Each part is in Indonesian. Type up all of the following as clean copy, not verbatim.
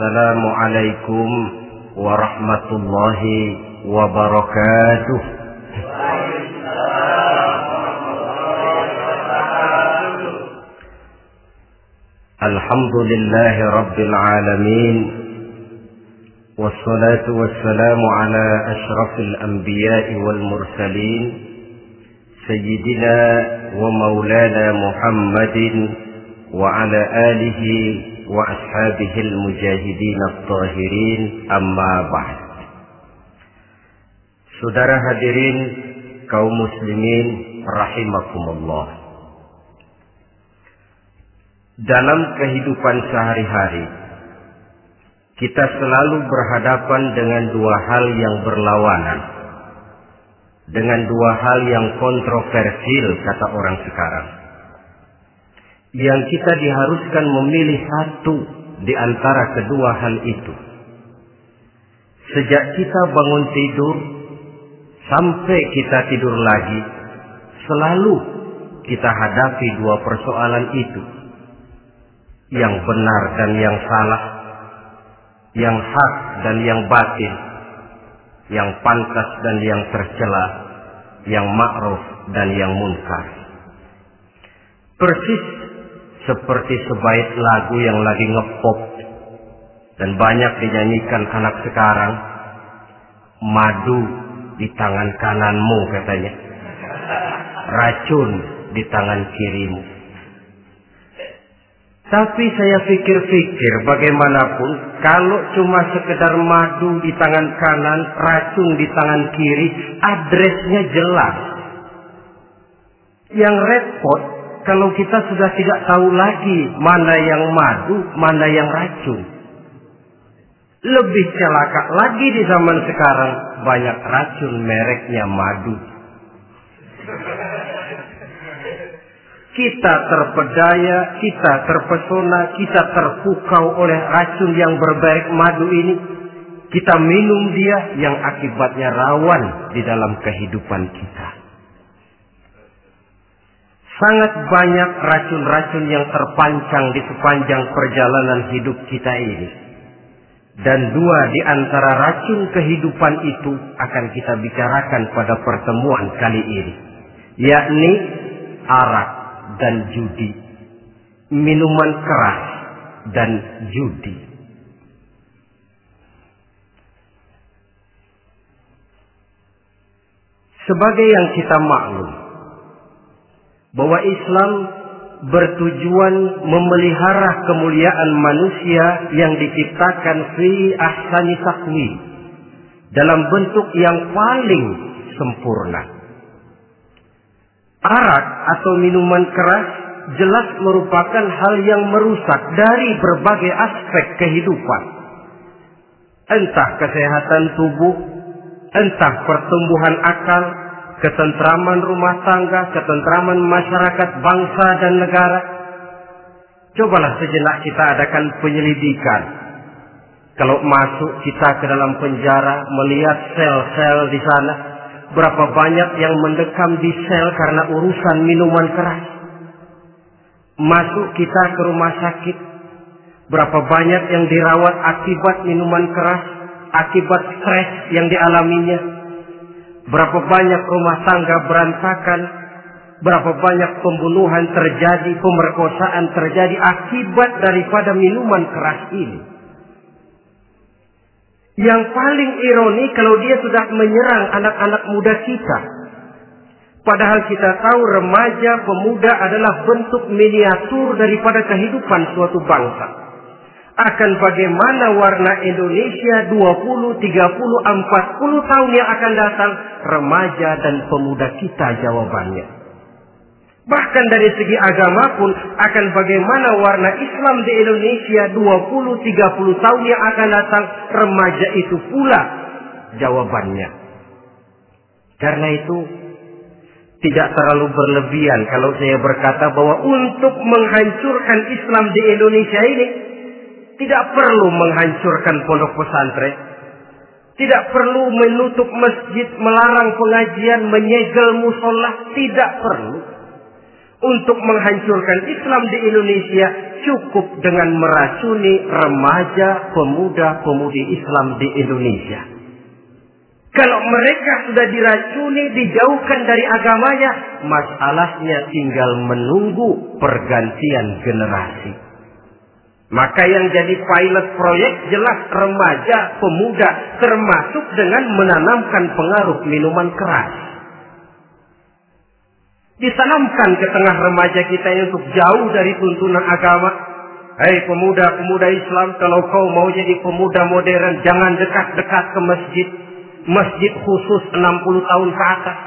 Assalamualaikum warahmatullahi wabarakatuh. Alhamdulillahi rabbil alamin. Wassalatu wassalamu ala ashrafil anbiya'i wal mursalin, Sayyidina wa maulana Muhammadin wa ala alihi wa ashabihil mujahidin at-tahirin, amma ba'd. Saudara hadirin kaum muslimin rahimakumullah. Dalam kehidupan sehari-hari kita selalu berhadapan dengan dua hal yang berlawanan, dengan dua hal yang kontroversial kata orang sekarang, yang kita diharuskan memilih satu di antara kedua hal itu. Sejak kita bangun tidur sampai kita tidur lagi, selalu kita hadapi dua persoalan itu, yang benar dan yang salah, yang hak dan yang batil, yang pantas dan yang tercela, yang ma'ruf dan yang munkar. Persis seperti sebait lagu yang lagi ngepop dan banyak dinyanyikan anak sekarang, madu di tangan kananmu katanya, racun di tangan kirimu. Tapi saya pikir-pikir, bagaimanapun kalau cuma sekedar madu di tangan kanan, racun di tangan kiri, adresnya jelas. Yang repot kalau kita sudah tidak tahu lagi mana yang madu, mana yang racun. Lebih celaka lagi di zaman sekarang, banyak racun mereknya madu. Kita terpedaya, kita terpesona, kita terpukau oleh racun yang bermerek madu ini. Kita minum dia, yang akibatnya rawan di dalam kehidupan kita. Sangat banyak racun-racun yang terpancang di sepanjang perjalanan hidup kita ini. Dan dua di antara racun kehidupan itu akan kita bicarakan pada pertemuan kali ini, yakni arak dan judi, minuman keras dan judi. Sebagai yang kita maklum bahwa Islam bertujuan memelihara kemuliaan manusia yang diciptakan fi ahsani taqwim, dalam bentuk yang paling sempurna. Arak atau minuman keras jelas merupakan hal yang merusak dari berbagai aspek kehidupan. Entah kesehatan tubuh, entah pertumbuhan akal, ketentraman rumah tangga, ketentraman masyarakat, bangsa dan negara. Cobalah sejenak kita adakan penyelidikan. Kalau masuk kita ke dalam penjara, melihat sel-sel di sana, berapa banyak yang mendekam di sel karena urusan minuman keras. Masuk kita ke rumah sakit, berapa banyak yang dirawat akibat minuman keras, akibat stres yang dialaminya. Berapa banyak rumah tangga berantakan, berapa banyak pembunuhan terjadi, pemerkosaan terjadi akibat daripada minuman keras ini. Yang paling ironi kalau dia sudah menyerang anak-anak muda kita. Padahal kita tahu remaja, pemuda adalah bentuk miniatur daripada kehidupan suatu bangsa. Akan bagaimana warna Indonesia 20, 30, 40 tahun yang akan datang, remaja dan pemuda kita jawabannya. Bahkan dari segi agama pun, akan bagaimana warna Islam di Indonesia 20, 30 tahun yang akan datang, remaja itu pula jawabannya. Karena itu tidak terlalu berlebihan kalau saya berkata bahwa untuk menghancurkan Islam di Indonesia ini tidak perlu menghancurkan pondok pesantren, tidak perlu menutup masjid, melarang pengajian, menyegel musola, tidak perlu. Untuk menghancurkan Islam di Indonesia cukup dengan meracuni remaja, pemuda-pemudi Islam di Indonesia. Kalau mereka sudah diracuni, dijauhkan dari agamanya, masalahnya tinggal menunggu pergantian generasi. Maka yang jadi pilot proyek jelas remaja, pemuda, termasuk dengan menanamkan pengaruh minuman keras. Ditanamkan ke tengah remaja kita ini untuk jauh dari tuntunan agama. Hei pemuda-pemuda Islam, kalau kau mau jadi pemuda modern, jangan dekat-dekat ke masjid. Masjid khusus 60 tahun ke atas.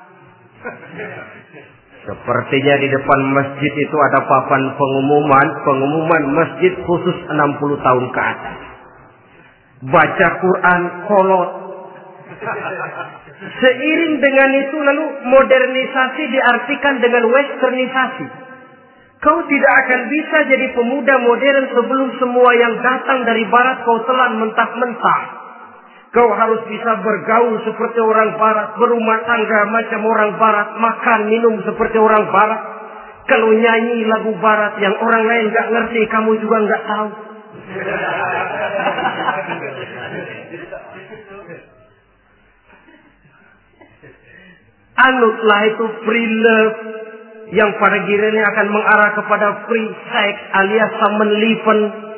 Sepertinya di depan masjid itu ada papan pengumuman masjid khusus 60 tahun ke atas. Baca Quran kolot. Seiring dengan itu lalu modernisasi diartikan dengan westernisasi. Kau tidak akan bisa jadi pemuda modern sebelum semua yang datang dari barat kau telan mentah-mentah. Kau harus bisa bergaul seperti orang barat, berumah tangga macam orang barat, makan minum seperti orang barat. Kalau nyanyi lagu barat yang orang lain gak ngerti, kamu juga gak tahu. Anutlah itu free love yang pada gilirannya akan mengarah kepada free sex alias samenleven.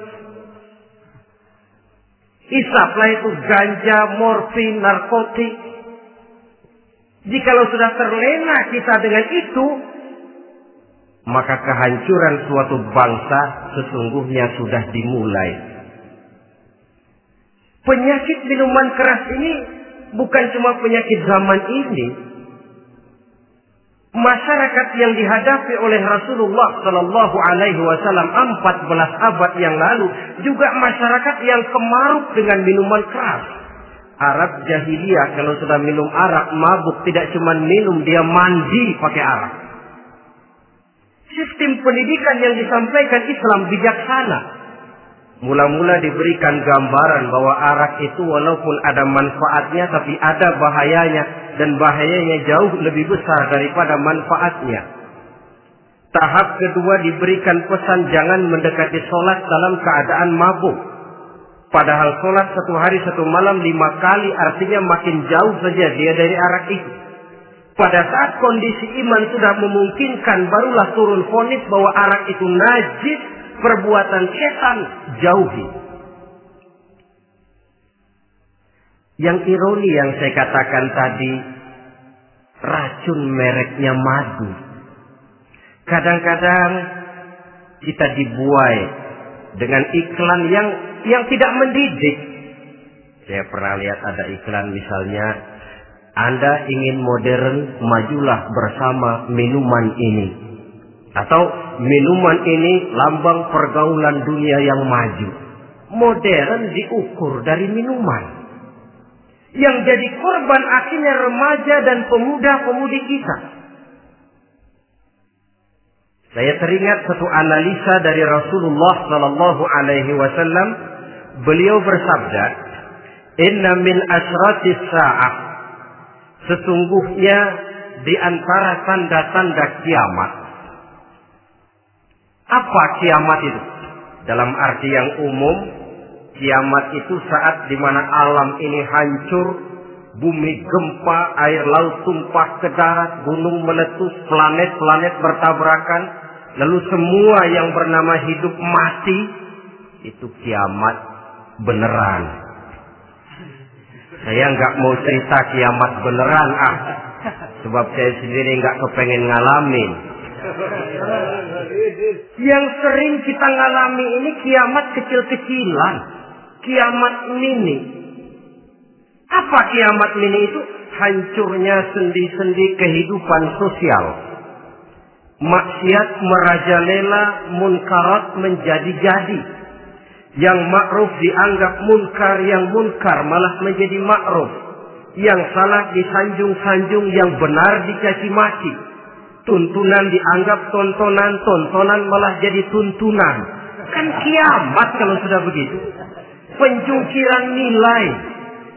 Isaplah itu ganja, morfin, narkotik. Jikalau sudah terlena kita dengan itu, maka kehancuran suatu bangsa sesungguhnya sudah dimulai. Penyakit minuman keras ini bukan cuma penyakit zaman ini. Masyarakat yang dihadapi oleh Rasulullah Sallallahu Alaihi Wasallam 14 abad yang lalu juga masyarakat yang kemaruk dengan minuman keras. Arab jahiliyah kalau sudah minum arak mabuk, tidak cuma minum, dia mandi pakai arak. Sistem pendidikan yang disampaikan Islam bijaksana. Mula-mula diberikan gambaran bahwa arak itu walaupun ada manfaatnya tapi ada bahayanya, dan bahayanya jauh lebih besar daripada manfaatnya. Tahap kedua diberikan pesan jangan mendekati sholat dalam keadaan mabuk. Padahal sholat 1 hari 1 malam 5 kali artinya makin jauh saja dia dari arak itu. Pada saat kondisi iman sudah memungkinkan, barulah turun vonis bahwa arak itu najis, perbuatan setan, jauhi. Yang ironi yang saya katakan tadi, racun mereknya madu. Kadang-kadang kita dibuai dengan iklan yang tidak mendidik. Saya pernah lihat ada iklan misalnya, Anda ingin modern, majulah bersama minuman ini. Atau minuman ini lambang pergaulan dunia yang maju. Modern diukur dari minuman. Yang jadi korban akhirnya remaja dan pemuda-pemudi kita. Saya teringat satu analisa dari Rasulullah Sallallahu Alaihi Wasallam. Beliau bersabda, Inna min asratis sa'ah. Sesungguhnya di antara tanda-tanda kiamat. Apa kiamat itu? Dalam arti yang umum, kiamat itu saat di mana alam ini hancur, bumi gempa, air laut tumpah ke darat, gunung meletus, planet-planet bertabrakan, lalu semua yang bernama hidup mati. Itu kiamat beneran. Saya nggak mau cerita kiamat beneran, sebab saya sendiri nggak kepengen ngalamin. Yang sering kita ngalami ini kiamat kecil-kecilan, kiamat mini. Apa kiamat mini itu? Hancurnya sendi-sendi kehidupan sosial. Maksiat merajalela, munkarat menjadi-jadi. Yang ma'ruf dianggap munkar, yang munkar malah menjadi ma'ruf. Yang salah disanjung-sanjung, yang benar dicaci maki. Tuntunan dianggap tontonan, tontonan malah jadi tuntunan. Kan kiamat kalau sudah begitu. Pencungkiran nilai.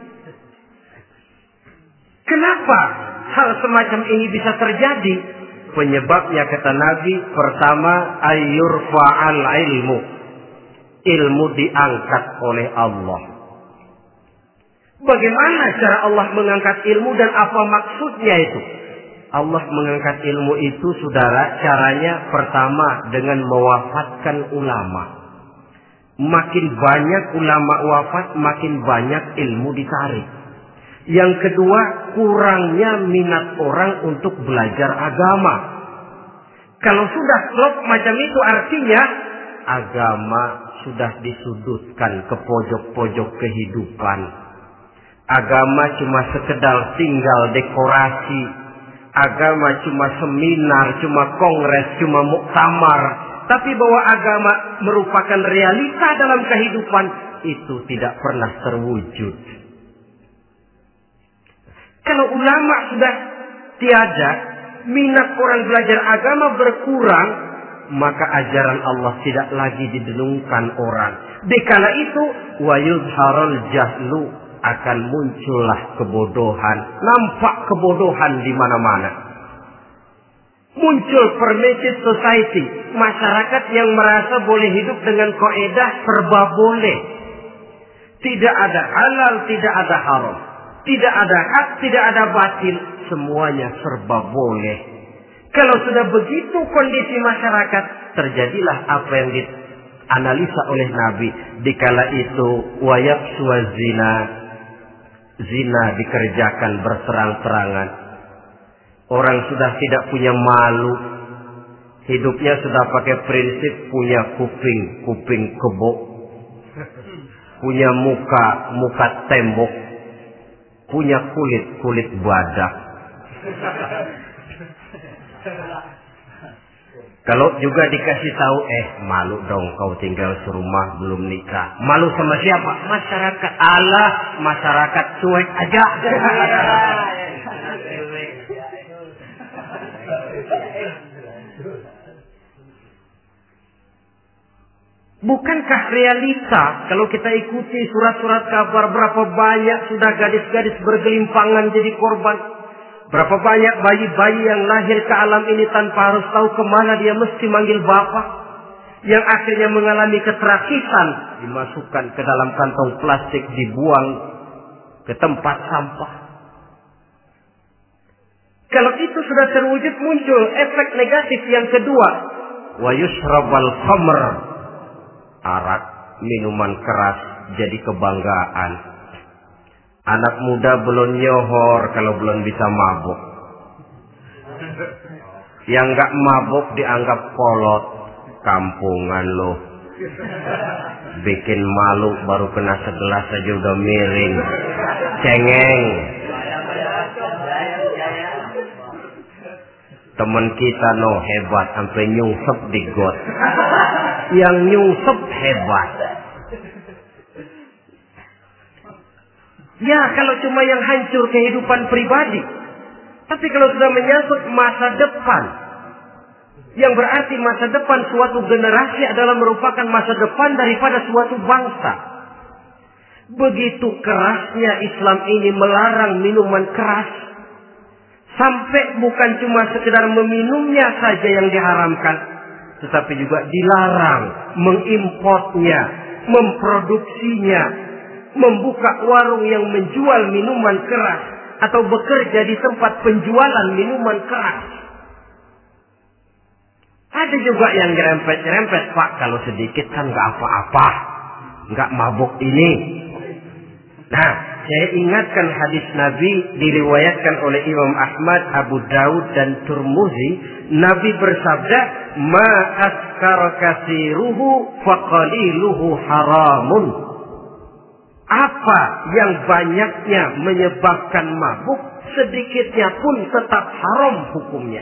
Kenapa hal semacam ini bisa terjadi? Penyebabnya kata Nabi, pertama ayyurfa'al ilmu. Ilmu diangkat oleh Allah. Bagaimana cara Allah mengangkat ilmu dan apa maksudnya itu? Allah mengangkat ilmu itu, saudara, caranya pertama dengan mewafatkan ulama. Makin banyak ulama wafat, makin banyak ilmu ditarik. Yang kedua, kurangnya minat orang untuk belajar agama. Kalau sudah klop macam itu, artinya agama sudah disudutkan ke pojok-pojok kehidupan. Agama cuma sekedar tinggal dekorasi. Agama cuma seminar, cuma kongres, cuma muktamar. Tapi bahwa agama merupakan realita dalam kehidupan, itu tidak pernah terwujud. Kalau ulama sudah tiada, minat orang belajar agama berkurang, maka ajaran Allah tidak lagi didenungkan orang. Dikala itu, wa yuzharul jahlu, akan muncullah kebodohan. Nampak kebodohan di mana-mana. Muncul permissive society, masyarakat yang merasa boleh hidup dengan kaidah serba boleh. Tidak ada halal, tidak ada haram. Tidak ada hak, tidak ada batil. Semuanya serba boleh. Kalau sudah begitu kondisi masyarakat, terjadilah apa yang dianalisa oleh Nabi. Dikala itu, wayabsu zina. Zina dikerjakan berterang-terangan. Orang sudah tidak punya malu. Hidupnya sudah pakai prinsip punya kuping kebo. Punya muka tembok. Punya kulit badak. Kalau juga dikasih tahu, malu dong kau tinggal serumah belum nikah. Malu sama siapa? Masyarakat. Allah, masyarakat cuek aja. Bukankah realita kalau kita ikuti surat-surat kabar, berapa banyak sudah gadis-gadis bergelimpangan jadi korban? Berapa banyak bayi-bayi yang lahir ke alam ini tanpa harus tahu kemana dia mesti manggil bapak. Yang akhirnya mengalami keterakisan, dimasukkan ke dalam kantong plastik, dibuang ke tempat sampah. Kalau itu sudah terwujud, muncul efek negatif yang kedua. Wa yushrabal khamr. Arak, minuman keras jadi kebanggaan. Anak muda belum nyohor kalau belum bisa mabuk. Yang gak mabuk dianggap kolot. Kampungan loh. Bikin malu baru kena segelas aja udah miring. Cengeng. Temen kita hebat sampai nyungsep di got. Yang nyungsep hebat. Ya, kalau cuma yang hancur kehidupan pribadi. Tapi kalau sudah menyangkut masa depan, yang berarti masa depan suatu generasi adalah merupakan masa depan daripada suatu bangsa. Begitu kerasnya Islam ini melarang minuman keras. Sampai bukan cuma sekedar meminumnya saja yang diharamkan, tetapi juga dilarang mengimportnya, memproduksinya, membuka warung yang menjual minuman keras atau bekerja di tempat penjualan minuman keras. Ada juga yang nyerempet-nyerempet, Pak, kalau sedikit kan nggak apa-apa, nggak mabuk ini. Nah, saya ingatkan hadis Nabi diriwayatkan oleh Imam Ahmad, Abu Daud dan Turmuzi. Nabi bersabda, "Ma askara katsiruhu faqaliluhu haramun." Apa yang banyaknya menyebabkan mabuk, sedikitnya pun tetap haram hukumnya.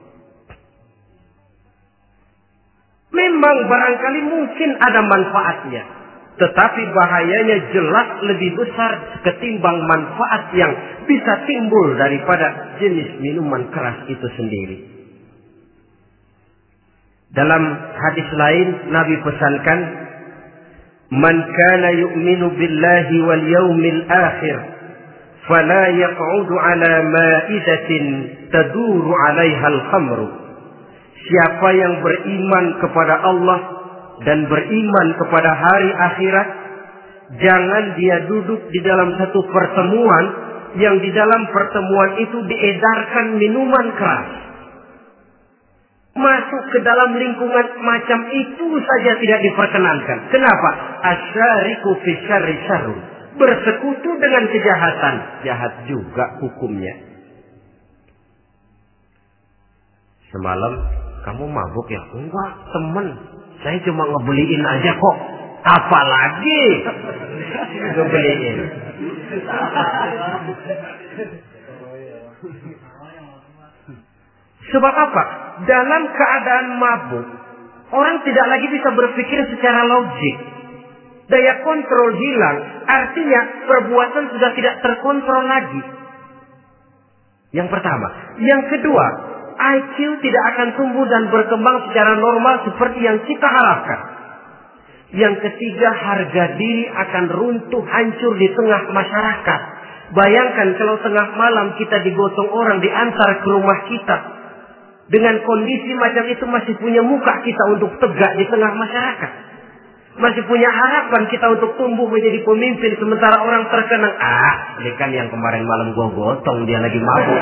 Memang barangkali mungkin ada manfaatnya, tetapi bahayanya jelas lebih besar ketimbang manfaat yang bisa timbul daripada jenis minuman keras itu sendiri. Dalam hadis lain Nabi pesankan, "Man kana yu'minu billahi wal yaumil akhir fala yaq'udu ala ma'idatin taduru 'alaiha al-khamru. Siapa yang beriman kepada Allah dan beriman kepada hari akhirat, jangan dia duduk di dalam satu pertemuan yang di dalam pertemuan itu diedarkan minuman keras. Masuk ke dalam lingkungan macam itu saja tidak diperkenankan. Kenapa? Asyariku fi syarri syarrun. Bersekutu dengan kejahatan, jahat juga hukumnya. Semalam kamu mabuk ya? Enggak, temen. Saya cuma ngebeliin aja kok. Apalagi ngebeliin. Sebab apa? Dalam keadaan mabuk, orang tidak lagi bisa berpikir secara logik. Daya kontrol hilang, artinya perbuatan sudah tidak terkontrol lagi. Yang pertama. Yang kedua, IQ tidak akan tumbuh dan berkembang secara normal seperti yang kita harapkan. Yang ketiga, harga diri akan runtuh hancur di tengah masyarakat. Bayangkan kalau tengah malam kita digotong orang diantar ke rumah kita. Dengan kondisi macam itu masih punya muka kita untuk tegak di tengah masyarakat. Masih punya harapan kita untuk tumbuh menjadi pemimpin sementara orang terkenang. Ini kan yang kemarin malam gua gotong, dia lagi mabuk.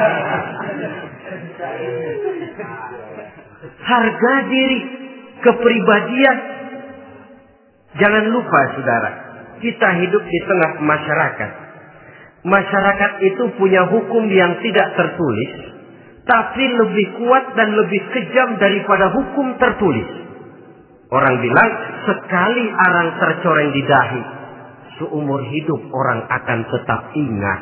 Harga diri, kepribadian. Jangan lupa saudara, kita hidup di tengah masyarakat. Masyarakat itu punya hukum yang tidak tertulis, tapi lebih kuat dan lebih kejam daripada hukum tertulis. Orang bilang, sekali arang tercoreng di dahi, seumur hidup orang akan tetap ingat.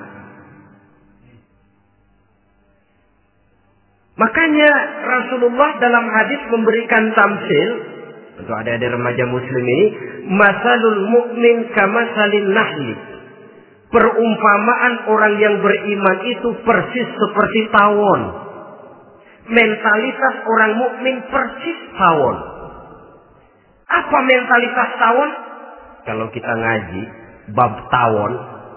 Makanya Rasulullah dalam hadis memberikan tamsil untuk adik-adik remaja muslim ini, masalul mu'min kamasalin nahli. Perumpamaan orang yang beriman itu persis seperti tawon. Mentalitas orang mukmin persis tawon. Apa mentalitas tawon? Kalau kita ngaji bab tawon,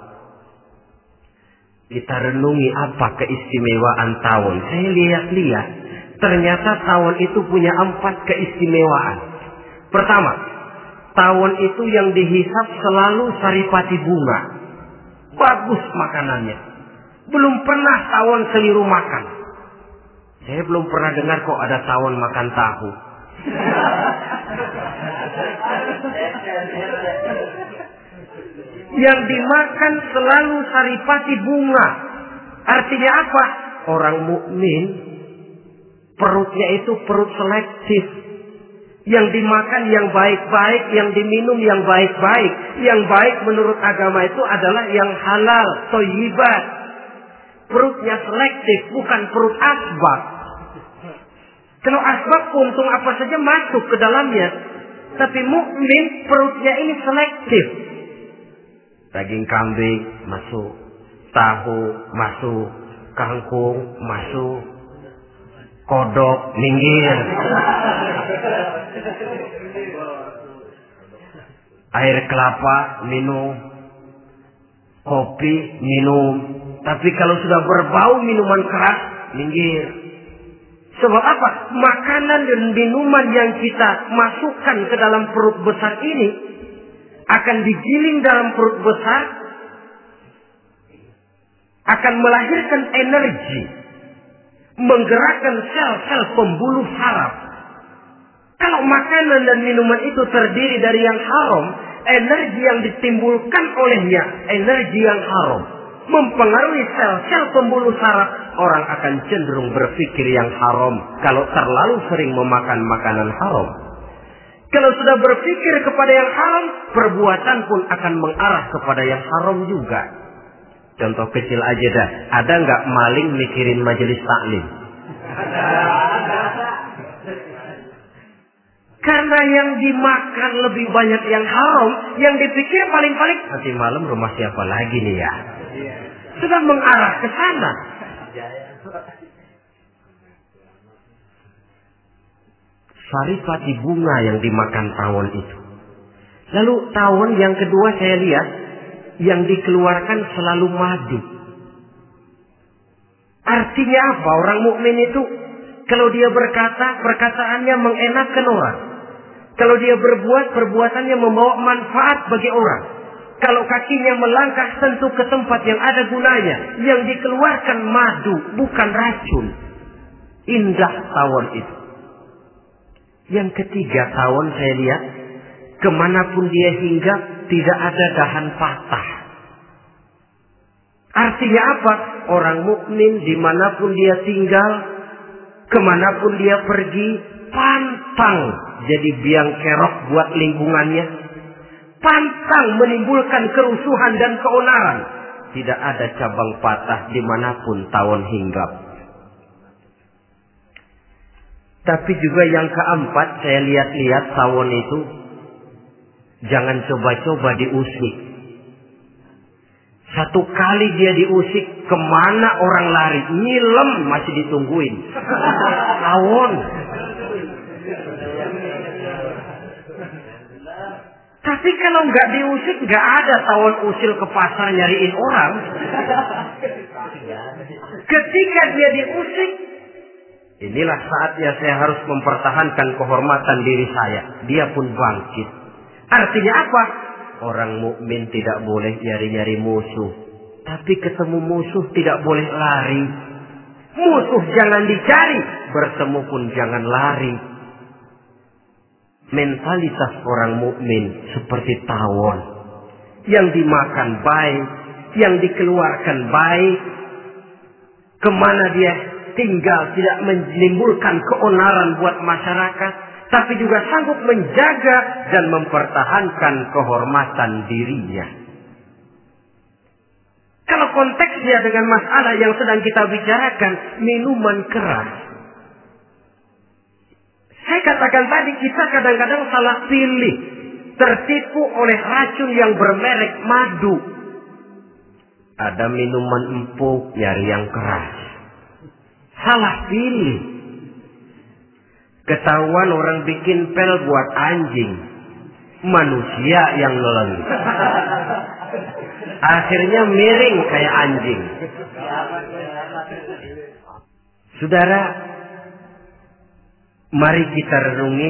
kita renungi apa keistimewaan tawon. Saya lihat-lihat, ternyata tawon itu punya 4 keistimewaan. Pertama, tawon itu yang dihisap selalu saripati bunga. Bagus makanannya. Belum pernah tawon keliru makan. Saya belum pernah dengar kok ada tawon makan tahu. Yang dimakan selalu saripati bunga. Artinya apa? Orang mukmin perutnya itu perut selektif. Yang dimakan yang baik-baik, yang diminum yang baik-baik. Yang baik menurut agama itu adalah yang halal, thayyibat. Perutnya selektif, bukan perut asbab. Kalau asbab untung apa saja masuk ke dalamnya. Tapi mukmin perutnya ini selektif. Daging kambing masuk, tahu masuk, kangkung masuk, kodok minggir. Air kelapa minum, kopi minum. Tapi kalau sudah berbau minuman keras, minggir. Sebab apa? Makanan dan minuman yang kita masukkan ke dalam perut besar ini akan digiling dalam perut besar, akan melahirkan energi, menggerakkan sel-sel pembuluh saraf. Kalau makanan dan minuman itu terdiri dari yang haram, energi yang ditimbulkan olehnya energi yang haram, mempengaruhi sel-sel pembuluh saraf. Orang akan cenderung berpikir yang haram kalau terlalu sering memakan makanan haram. Kalau sudah berpikir kepada yang haram, perbuatan pun akan mengarah kepada yang haram juga. Contoh kecil aja dah. Ada nggak maling mikirin majelis taklim? Karena yang dimakan lebih banyak yang haram, yang dipikir paling-paling nanti malam rumah siapa lagi nih ya? Sudah mengarah ke sana. Saripati bunga yang dimakan tawon itu. Lalu tawon yang kedua saya lihat yang dikeluarkan selalu madu. Artinya apa? Orang mukmin itu kalau dia berkata, perkataannya mengenakan orang. Kalau dia berbuat, perbuatannya membawa manfaat bagi orang. Kalau kakinya melangkah tentu ke tempat yang ada gunanya. Yang dikeluarkan madu, bukan racun. Indah tawon itu. Yang ketiga, tawon saya lihat, kemanapun dia hinggap, tidak ada dahan patah. Artinya apa? Orang mukmin dimanapun dia tinggal, kemanapun dia pergi, pantang jadi biang kerok buat lingkungannya. Pantang menimbulkan kerusuhan dan keonaran. Tidak ada cabang patah dimanapun tawon hinggap. Tapi juga yang keempat, saya lihat-lihat tawon itu, jangan coba-coba diusik. Satu kali dia diusik, kemana orang lari? Nyilem masih ditungguin. Tawon. Tapi kalau nggak diusik, nggak ada tawon usil ke pasar nyariin orang. Ketika dia diusik, inilah saatnya saya harus mempertahankan kehormatan diri saya. Dia pun bangkit. Artinya apa? Orang mukmin tidak boleh nyari-nyari musuh. Tapi ketemu musuh tidak boleh lari. Musuh jangan dicari, bertemu pun jangan lari. Mentalitas orang mukmin seperti tawon. Yang dimakan baik, yang dikeluarkan baik. Kemana dia tinggal tidak menimbulkan keonaran buat masyarakat, tapi juga sanggup menjaga dan mempertahankan kehormatan dirinya. Kalau konteksnya dengan masalah yang sedang kita bicarakan, minuman keras. Saya katakan tadi, kita kadang-kadang salah pilih, tertipu oleh racun yang bermerek madu. Ada minuman empuk, nyari yang keras. Salah pilih. Ketahuan orang bikin pel buat anjing, manusia yang nelen. Akhirnya miring kayak anjing. Saudara, mari kita renungi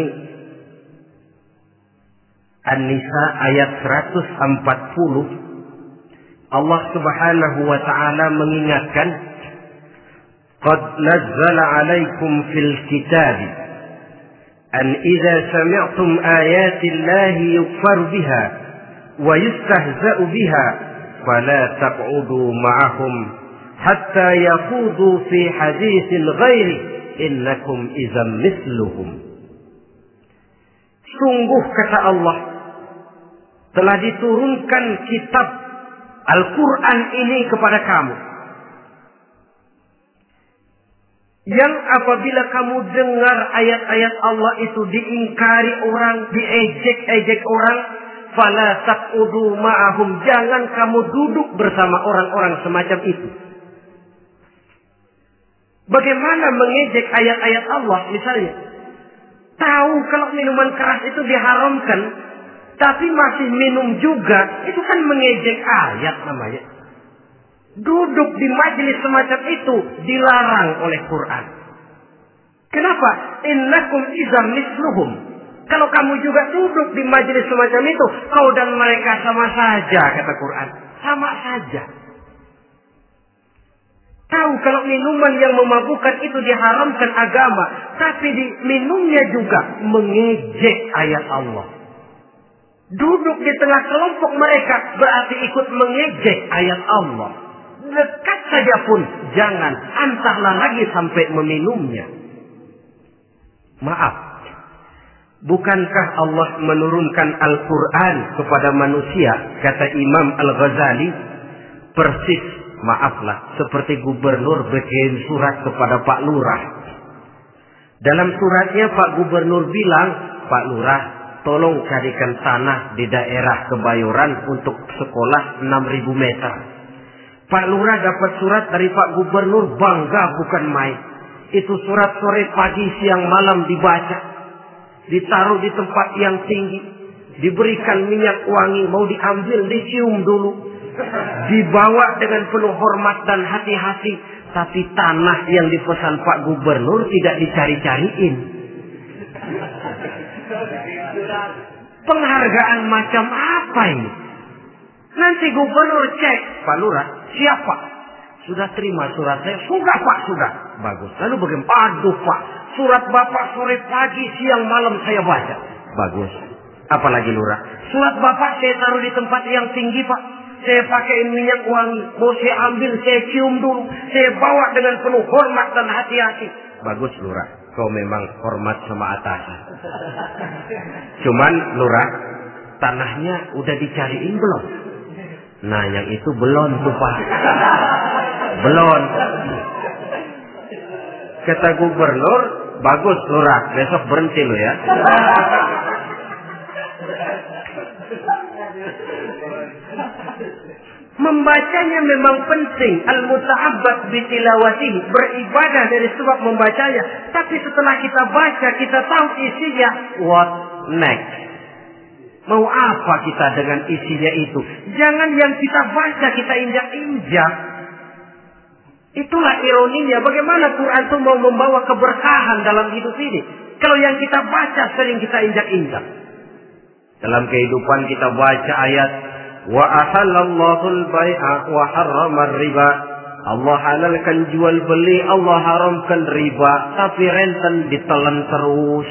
An-Nisa ayat 140. Allah Subhanahu wa ta'ala mengingatkan, "Qad nazzala 'alaikum fil kitab an idza sami'tum ayati Allahi yukfar biha wa yustahza'u biha fala taq'udu ma'ahum hatta yaqudu fi haditsin ghairi innakum idzam mithluhum." Sungguh kata Allah, telah diturunkan kitab Al-Quran ini kepada kamu, yang apabila kamu dengar ayat-ayat Allah itu diingkari orang, diejek-ejek orang, fala taqudu ma'ahum, jangan kamu duduk bersama orang-orang semacam itu. Bagaimana mengejek ayat-ayat Allah? Misalnya, tahu kalau minuman keras itu diharamkan, tapi masih minum juga, itu kan mengejek ayat namanya. Duduk di majelis semacam itu dilarang oleh Quran. Kenapa? Innakum idzam mithluhum. Kalau kamu juga duduk di majelis semacam itu, kau dan mereka sama saja, kata Quran. Sama saja. Tahu kalau minuman yang memabukkan itu diharamkan agama, tapi minumnya juga mengejek ayat Allah. Duduk di tengah kelompok mereka berarti ikut mengejek ayat Allah. Dekat saja pun jangan, entahlah lagi sampai meminumnya. Maaf, bukankah Allah menurunkan Al-Quran kepada manusia, kata Imam Al-Ghazali, persis, maaflah, seperti gubernur bikin surat kepada Pak Lurah. Dalam suratnya Pak Gubernur bilang, Pak Lurah, tolong carikan tanah di daerah Kebayoran untuk sekolah 6.000 meter. Pak Lurah dapat surat dari Pak Gubernur, bangga bukan main. Itu surat sore, pagi, siang, malam dibaca. Ditaruh di tempat yang tinggi. Diberikan minyak wangi, mau diambil, dicium dulu. Dibawa dengan penuh hormat dan hati-hati. Tapi tanah yang dipesan Pak Gubernur tidak dicari-cariin. Penghargaan macam apa ini? Nanti Gubernur cek, Pak Lurah, siapa? Sudah terima surat saya? Sudah Pak, sudah. Bagus. Lalu bagaimana? Aduh Pak, surat Bapak sore pagi, siang malam saya baca. Bagus. Apalagi Lurah? Surat Bapak saya taruh di tempat yang tinggi Pak. Saya pakai minyak wangi. Mau saya ambil, saya cium dulu. Saya bawa dengan penuh hormat dan hati-hati. Bagus Lurah. Kau memang hormat sama atasan. Cuman Lurah, tanahnya udah dicariin belum? Nah yang itu belum tuh Pak. Belum. Kata Gubernur, bagus Lurah. Besok berhenti lo ya. Membacanya memang penting. Al-muta'abbad bitilawatihi. Beribadah dari sebab membacanya. Tapi setelah kita baca, kita tahu isinya. What next? Mau apa kita dengan isinya itu? Jangan yang kita baca, kita injak-injak. Itulah ironinya. Bagaimana Quran itu mau membawa keberkahan dalam hidup ini. Kalau yang kita baca sering kita injak-injak. Dalam kehidupan kita baca ayat. Wa ahallallahu al-bai'a wa harrama riba. Allah halalkan jual beli, Allah haramkan riba, tapi renten ditelan terus.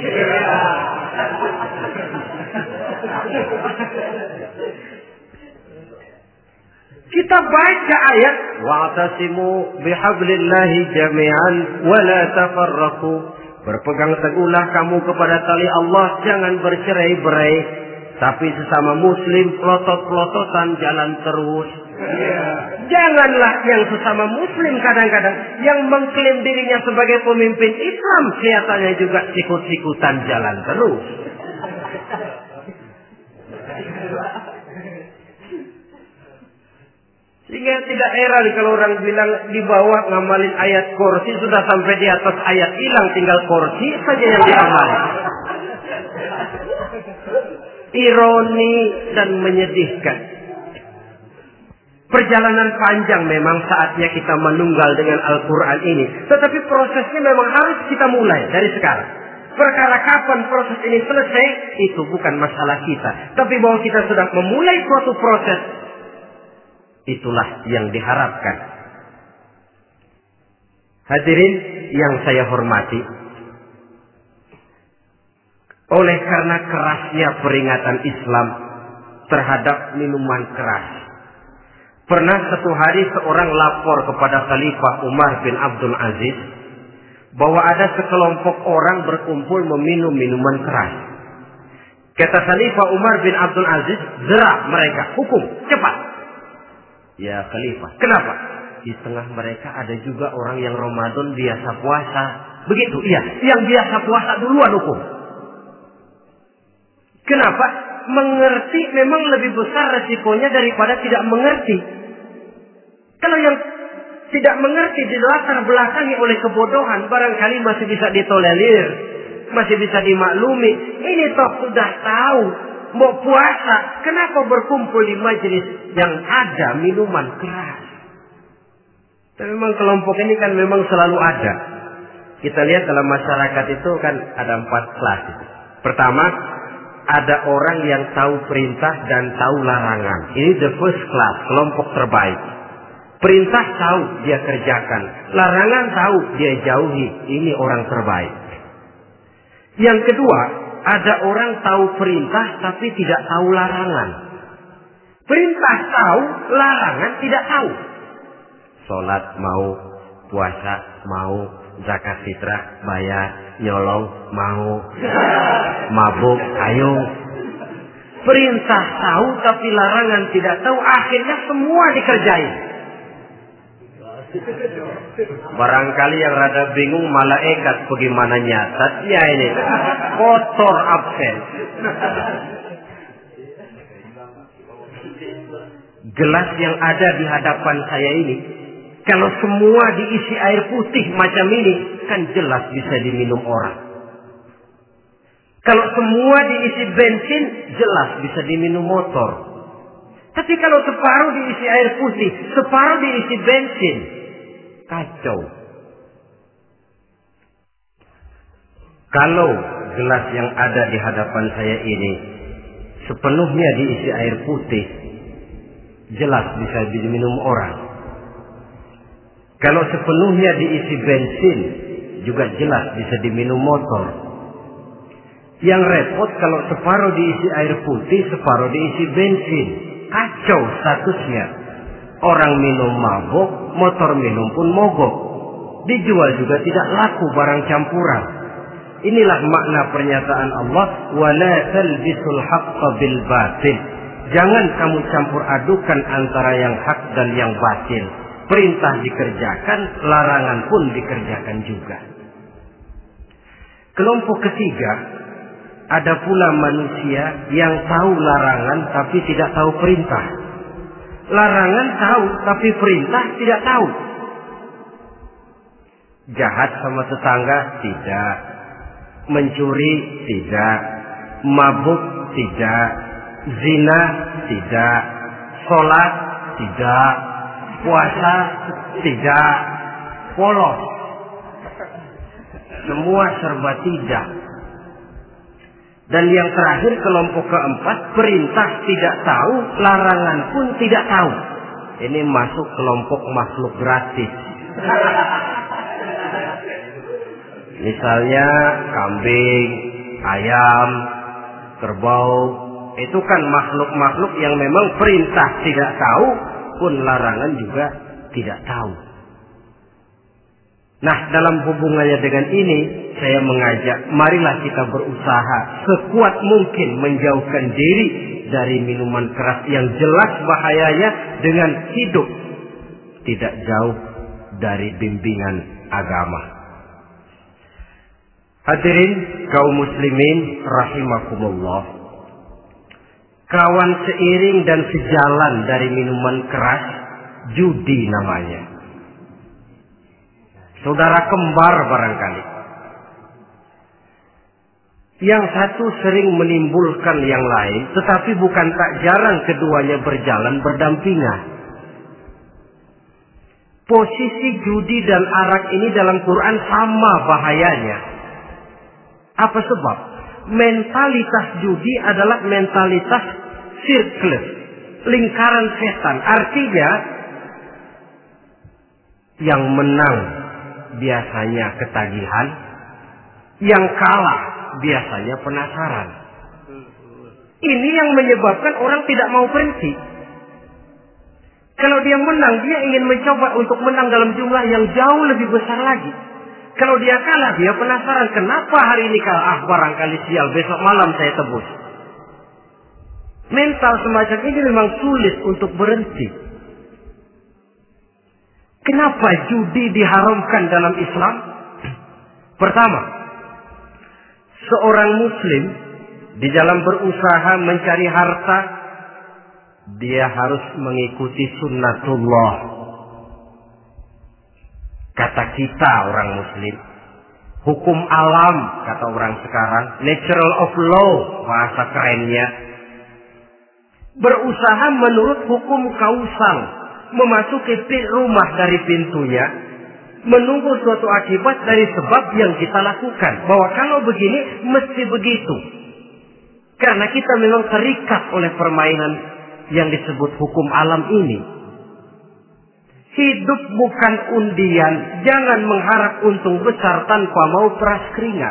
Kita baca ayat wa'tasimu bihablillahi jami'an wa la tafarraqu. Berpegang teguhlah kamu kepada tali Allah, jangan bercerai-berai. Tapi sesama muslim pelotot-pelototan jalan terus. Janganlah yang sesama muslim kadang-kadang yang mengklaim dirinya sebagai pemimpin Islam kelihatannya juga sikut-sikutan jalan terus. Sehingga tidak heran kalau orang bilang di bawah ngamalin ayat kursi sudah sampai di atas ayat hilang, tinggal kursi saja yang diamalin. Ironi dan menyedihkan. Perjalanan panjang memang saatnya kita menunggal dengan Al-Quran ini. Tetapi prosesnya memang harus kita mulai dari sekarang. Perkara kapan proses ini selesai, itu bukan masalah kita. Tapi bahwa kita sudah memulai suatu proses, itulah yang diharapkan. Hadirin yang saya hormati, oleh karena kerasnya peringatan Islam terhadap minuman keras, pernah satu hari seorang lapor kepada Khalifah Umar bin Abdul Aziz bahwa ada sekelompok orang berkumpul meminum minuman keras. Kata Khalifah Umar bin Abdul Aziz, jerak mereka, hukum, cepat. Ya Khalifah, kenapa? Di tengah mereka ada juga orang yang Ramadan biasa puasa. Begitu, iya, yang biasa puasa duluan hukum. Kenapa? Mengerti memang lebih besar resikonya daripada tidak mengerti. Kalau yang tidak mengerti dilatar belakangi oleh kebodohan, barangkali masih bisa ditolerir, masih bisa dimaklumi. Ini toh sudah tahu mau puasa, kenapa berkumpul di majelis yang ada minuman keras? Tapi memang kelompok ini kan memang selalu ada. Kita lihat dalam masyarakat itu kan ada 4 kelas. Pertama, ada orang yang tahu perintah dan tahu larangan. Ini the first class, kelompok terbaik. Perintah tahu, dia kerjakan. Larangan tahu, dia jauhi. Ini orang terbaik. Yang kedua, ada orang tahu perintah tapi tidak tahu larangan. Perintah tahu, larangan tidak tahu. Sholat mau, puasa mau, zakat fitrah bayar, nyolong mau, mabuk ayo. Perintah tahu tapi larangan tidak tahu, akhirnya semua dikerjain. Barangkali yang rada bingung malaikat bagaimana nyatatnya ini, kotor absen. Gelas yang ada di hadapan saya ini, kalau semua diisi air putih macam ini, kan jelas bisa diminum orang. Kalau semua diisi bensin, jelas bisa diminum motor. Tapi kalau separuh diisi air putih, separuh diisi bensin, Kacau. Kalau gelas yang ada di hadapan saya ini sepenuhnya diisi air putih, jelas bisa diminum orang. Kalau sepenuhnya diisi bensin, juga jelas bisa diminum motor. Yang repot kalau separuh diisi air putih, separuh diisi bensin. Kacau statusnya. Orang minum mabok, motor minum pun mogok. Dijual juga tidak laku barang campuran. Inilah makna pernyataan Allah, wala talbisul haqqa bil batil. Jangan kamu campur adukan antara yang hak dan yang batil. Perintah dikerjakan, larangan pun dikerjakan juga. Kelompok ketiga, ada pula manusia yang tahu larangan tapi tidak tahu perintah. Larangan tahu tapi perintah tidak tahu. Jahat sama tetangga tidak, mencuri tidak, mabuk tidak, zina tidak, sholat tidak, puasa tidak, polos. Semua serba tidak. Dan yang terakhir, kelompok keempat, perintah tidak tahu, larangan pun tidak tahu. Ini masuk kelompok makhluk gratis. Misalnya kambing, ayam, kerbau, itu kan makhluk-makhluk yang memang perintah tidak tahu, pun larangan juga tidak tahu. Nah, dalam hubungannya dengan ini, saya mengajak, marilah kita berusaha sekuat mungkin menjauhkan diri dari minuman keras yang jelas bahayanya dengan hidup tidak jauh dari bimbingan agama. Hadirin kaum muslimin rahimakumullah. Kawan seiring dan sejalan dari minuman keras, judi namanya. Saudara kembar barangkali. Yang satu sering menimbulkan yang lain, tetapi bukan tak jarang keduanya berjalan berdampingan. Posisi judi dan arak ini dalam Quran sama bahayanya. Apa sebab? Mentalitas judi adalah mentalitas sirkel, lingkaran setan. Artinya, yang menang biasanya ketagihan, yang kalah biasanya penasaran. Ini yang menyebabkan orang tidak mau berhenti. Kalau dia menang, dia ingin mencoba untuk menang dalam jumlah yang jauh lebih besar lagi. Kalau dia kalah, dia penasaran, kenapa hari ini kalah? Barangkali sial, besok malam saya tebus. Mental semacam ini memang sulit untuk berhenti. Kenapa judi diharamkan dalam Islam? Pertama, seorang muslim di dalam berusaha mencari harta, dia harus mengikuti sunnatullah. Kata kita orang muslim, hukum alam kata orang sekarang, natural of law bahasa kerennya. Berusaha menurut hukum kausal, memasuki rumah dari pintunya, menunggu suatu akibat dari sebab yang kita lakukan. Bahwa kalau begini, mesti begitu. Karena kita memang terikat oleh permainan yang disebut hukum alam ini. Hidup bukan undian, jangan mengharap untung besar tanpa mau peras keringat.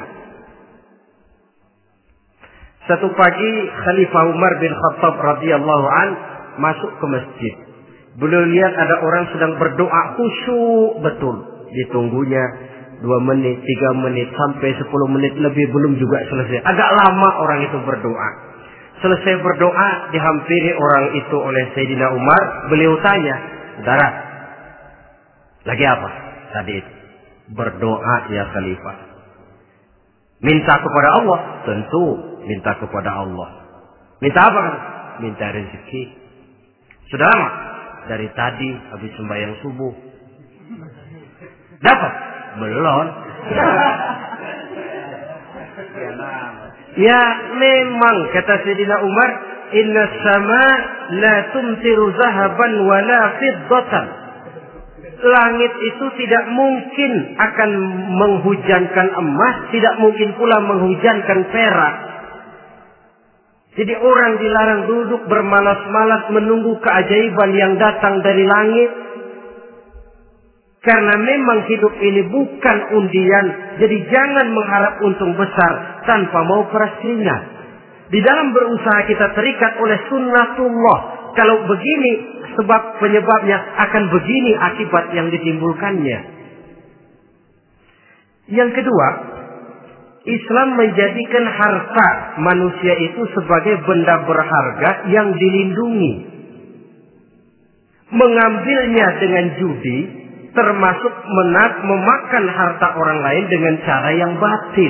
Satu pagi Khalifah Umar bin Khattab radhiyallahu an masuk ke masjid. Beliau lihat ada orang sedang berdoa khusyuk betul. Ditunggunya 2 menit, 3 menit, sampai 10 menit lebih belum juga selesai. Agak lama orang itu berdoa. Selesai berdoa, dihampiri orang itu oleh Sayyidina Umar. Beliau tanya, saudara, lagi apa tadi itu? Berdoa ya Khalifah. Minta kepada Allah? Tentu minta kepada Allah. Minta apa? Minta rezeki. Sudah lama? Dari tadi habis sembahyang subuh. Dapat? Belum. Ya memang kata Sayyidina Umar, inna sama la tumtiru zahaban wala fiddatan. Langit itu tidak mungkin akan menghujankan emas, tidak mungkin pula menghujankan perak. Jadi orang dilarang duduk bermalas-malas menunggu keajaiban yang datang dari langit. Karena memang hidup ini bukan undian. Jadi jangan mengharap untung besar tanpa mau peras keringat. Di dalam berusaha kita terikat oleh sunnatullah. Kalau begini sebab penyebabnya, akan begini akibat yang ditimbulkannya. Yang kedua, Islam menjadikan harta manusia itu sebagai benda berharga yang dilindungi. Mengambilnya dengan judi termasuk memakan harta orang lain dengan cara yang batil.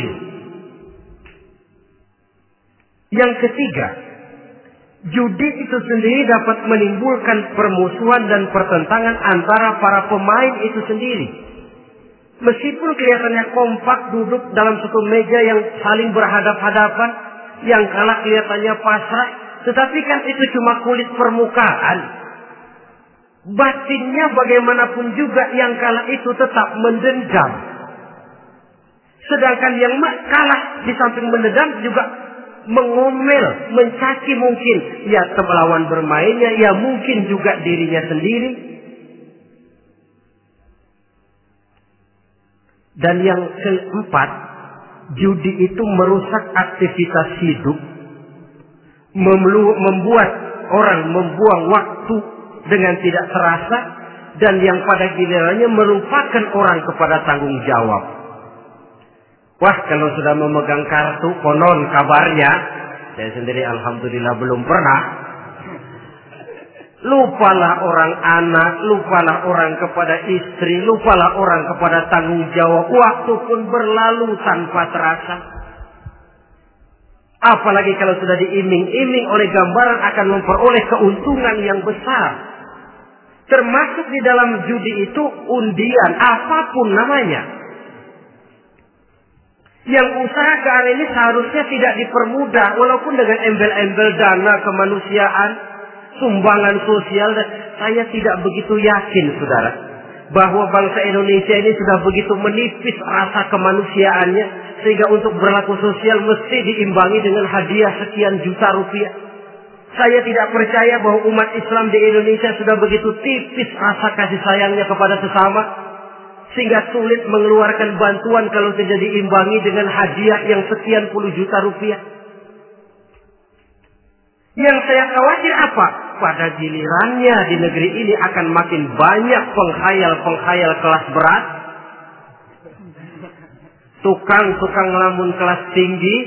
Yang ketiga, judi itu sendiri dapat menimbulkan permusuhan dan pertentangan antara para pemain itu sendiri. Meskipun kelihatannya kompak duduk dalam satu meja yang saling berhadap-hadapan, yang kalah kelihatannya pasrah, tetapi kan itu cuma kulit permukaan. Batinnya bagaimanapun juga yang kalah itu tetap mendendam. Sedangkan yang kalah di samping mendendam juga mengomel, mencaci mungkin. Ya lawan bermainnya, ya mungkin juga dirinya sendiri. Dan yang keempat, judi itu merusak aktivitas hidup. Membuat orang membuang waktu dengan tidak terasa. Dan yang pada gilirannya melupakan orang kepada tanggung jawab. Wah, kalau sudah memegang kartu, konon kabarnya, saya sendiri alhamdulillah belum pernah. Lupalah orang anak, lupalah orang kepada istri, lupalah orang kepada tanggung jawab. Waktu pun berlalu tanpa terasa. Apalagi kalau sudah diiming-iming oleh gambaran akan memperoleh keuntungan yang besar. Termasuk di dalam judi itu undian, apapun namanya. Yang usaha keagamaan ini seharusnya tidak dipermudah, walaupun dengan embel-embel dana kemanusiaan, sumbangan sosial. Saya tidak begitu yakin, saudara, bahwa bangsa Indonesia ini sudah begitu menipis rasa kemanusiaannya, sehingga untuk berlaku sosial mesti diimbangi dengan hadiah sekian juta rupiah. Saya tidak percaya bahwa umat Islam di Indonesia sudah begitu tipis rasa kasih sayangnya kepada sesama, sehingga sulit mengeluarkan bantuan kalau tidak diimbangi dengan hadiah yang sekian puluh juta rupiah. Yang saya khawatir apa? Pada gilirannya di negeri ini akan makin banyak penghayal-penghayal kelas berat, tukang-tukang ngelamun kelas tinggi,